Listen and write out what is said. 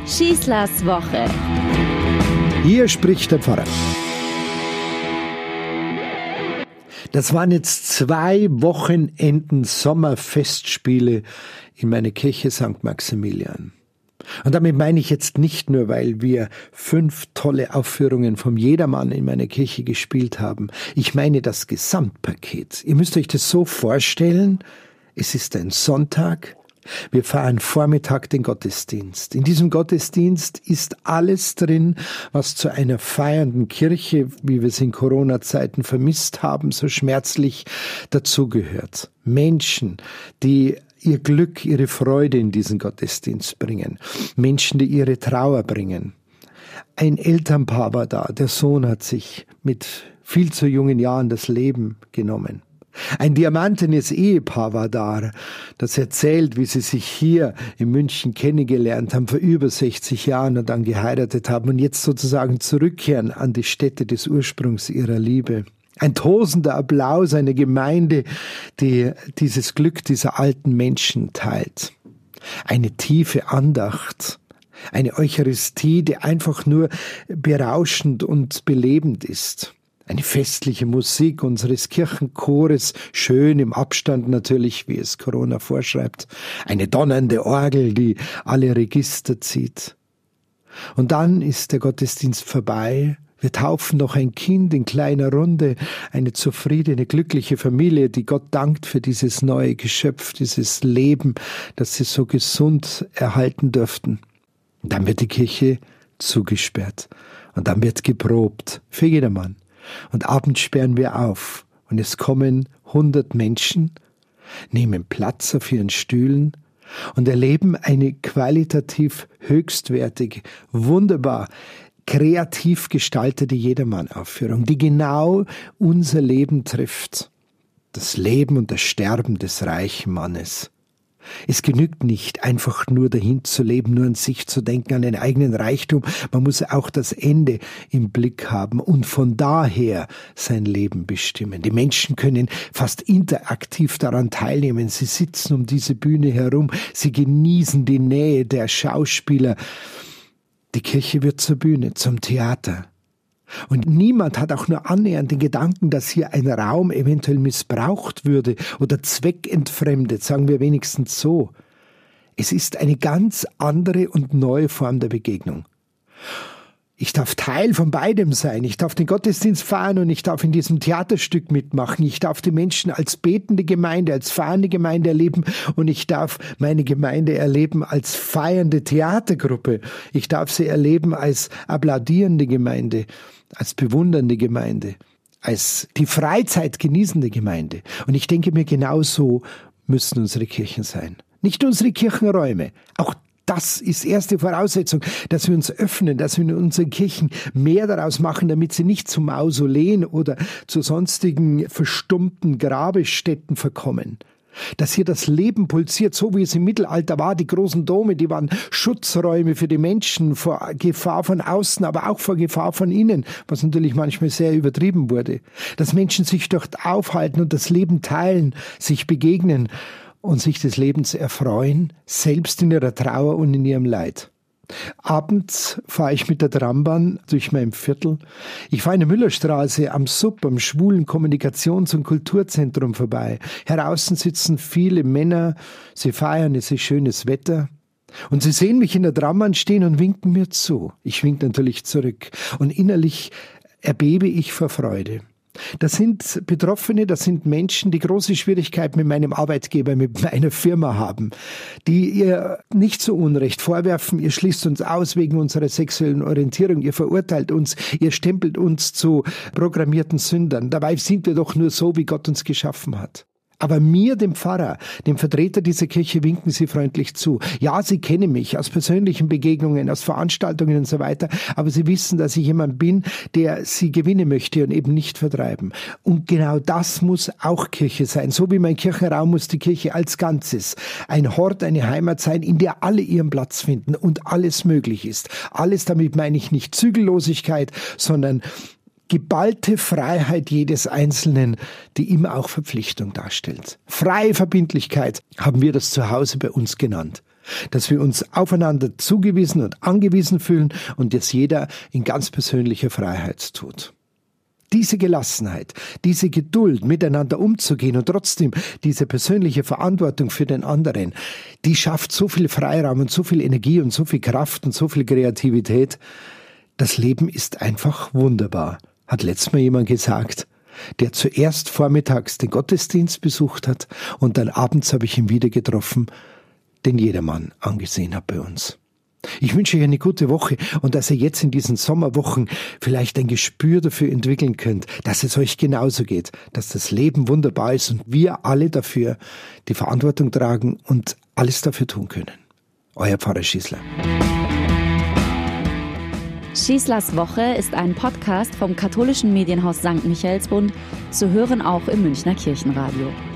Schießlers Woche. Hier spricht der Pfarrer. Das waren jetzt 2 Wochenenden Sommerfestspiele in meiner Kirche St. Maximilian. Und damit meine ich jetzt nicht nur, weil wir 5 tolle Aufführungen vom Jedermann in meiner Kirche gespielt haben. Ich meine das Gesamtpaket. Ihr müsst euch das so vorstellen, es ist ein Sonntag, wir feiern Vormittag den Gottesdienst. In diesem Gottesdienst ist alles drin, was zu einer feiernden Kirche, wie wir es in Corona-Zeiten vermisst haben, so schmerzlich dazugehört. Menschen, die ihr Glück, ihre Freude in diesen Gottesdienst bringen. Menschen, die ihre Trauer bringen. Ein Elternpaar war da. Der Sohn hat sich mit viel zu jungen Jahren das Leben genommen. Ein diamantenes Ehepaar war da, das erzählt, wie sie sich hier in München kennengelernt haben, vor über 60 Jahren und dann geheiratet haben und jetzt sozusagen zurückkehren an die Stätte des Ursprungs ihrer Liebe. Ein tosender Applaus, eine Gemeinde, die dieses Glück dieser alten Menschen teilt. Eine tiefe Andacht, eine Eucharistie, die einfach nur berauschend und belebend ist. Eine festliche Musik unseres Kirchenchores, schön im Abstand natürlich, wie es Corona vorschreibt. Eine donnernde Orgel, die alle Register zieht. Und dann ist der Gottesdienst vorbei. Wir taufen noch ein Kind in kleiner Runde, eine zufriedene, glückliche Familie, die Gott dankt für dieses neue Geschöpf, dieses Leben, das sie so gesund erhalten dürften. Und dann wird die Kirche zugesperrt und dann wird geprobt für jedermann. Und abends sperren wir auf und es kommen 100 Menschen, nehmen Platz auf ihren Stühlen und erleben eine qualitativ höchstwertige, wunderbar, kreativ gestaltete Jedermann-Aufführung, die genau unser Leben trifft. Das Leben und das Sterben des reichen Mannes. Es genügt nicht, einfach nur dahin zu leben, nur an sich zu denken, an den eigenen Reichtum. Man muss auch das Ende im Blick haben und von daher sein Leben bestimmen. Die Menschen können fast interaktiv daran teilnehmen. Sie sitzen um diese Bühne herum. Sie genießen die Nähe der Schauspieler. Die Kirche wird zur Bühne, zum Theater. Und niemand hat auch nur annähernd den Gedanken, dass hier ein Raum eventuell missbraucht würde oder zweckentfremdet, sagen wir wenigstens so. Es ist eine ganz andere und neue Form der Begegnung. Ich darf Teil von beidem sein. Ich darf den Gottesdienst feiern und ich darf in diesem Theaterstück mitmachen. Ich darf die Menschen als betende Gemeinde, als feiernde Gemeinde erleben und ich darf meine Gemeinde erleben als feiernde Theatergruppe. Ich darf sie erleben als applaudierende Gemeinde, als bewundernde Gemeinde, als die Freizeit genießende Gemeinde. Und ich denke mir, genauso müssen unsere Kirchen sein. Nicht unsere Kirchenräume, auch das ist erste Voraussetzung, dass wir uns öffnen, dass wir in unseren Kirchen mehr daraus machen, damit sie nicht zu Mausoleen oder zu sonstigen verstummten Grabestätten verkommen. Dass hier das Leben pulsiert, so wie es im Mittelalter war. Die großen Dome, die waren Schutzräume für die Menschen vor Gefahr von außen, aber auch vor Gefahr von innen, was natürlich manchmal sehr übertrieben wurde. Dass Menschen sich dort aufhalten und das Leben teilen, sich begegnen und sich des Lebens erfreuen, selbst in ihrer Trauer und in ihrem Leid. Abends fahre ich mit der Trambahn durch mein Viertel. Ich fahre in der Müllerstraße am SUB, am Schwulen Kommunikations- und Kulturzentrum vorbei. Draußen sitzen viele Männer, sie feiern, es ist schönes Wetter. Und sie sehen mich in der Trambahn stehen und winken mir zu. Ich winke natürlich zurück und innerlich erbebe ich vor Freude. Das sind Betroffene, das sind Menschen, die große Schwierigkeiten mit meinem Arbeitgeber, mit meiner Firma haben, die ihr nicht so Unrecht vorwerfen, ihr schließt uns aus wegen unserer sexuellen Orientierung, ihr verurteilt uns, ihr stempelt uns zu programmierten Sündern. Dabei sind wir doch nur so, wie Gott uns geschaffen hat. Aber mir, dem Pfarrer, dem Vertreter dieser Kirche, winken sie freundlich zu. Ja, sie kennen mich aus persönlichen Begegnungen, aus Veranstaltungen und so weiter, aber sie wissen, dass ich jemand bin, der sie gewinnen möchte und eben nicht vertreiben. Und genau das muss auch Kirche sein. So wie mein Kirchenraum muss die Kirche als Ganzes ein Hort, eine Heimat sein, in der alle ihren Platz finden und alles möglich ist. Alles, damit meine ich nicht Zügellosigkeit, sondern geballte Freiheit jedes Einzelnen, die immer auch Verpflichtung darstellt. Freie Verbindlichkeit haben wir das zu Hause bei uns genannt. dass wir uns aufeinander zugewiesen und angewiesen fühlen und das jeder in ganz persönlicher Freiheit tut. Diese Gelassenheit, diese Geduld, miteinander umzugehen und trotzdem diese persönliche Verantwortung für den anderen, die schafft so viel Freiraum und so viel Energie und so viel Kraft und so viel Kreativität. Das Leben ist einfach wunderbar, hat letztes Mal jemand gesagt, der zuerst vormittags den Gottesdienst besucht hat und dann abends habe ich ihn wieder getroffen, den jedermann angesehen hat bei uns. Ich wünsche euch eine gute Woche und dass ihr jetzt in diesen Sommerwochen vielleicht ein Gespür dafür entwickeln könnt, dass es euch genauso geht, dass das Leben wunderbar ist und wir alle dafür die Verantwortung tragen und alles dafür tun können. Euer Pfarrer Schießler. Schießlers Woche ist ein Podcast vom katholischen Medienhaus St. Michaelsbund, zu hören auch im Münchner Kirchenradio.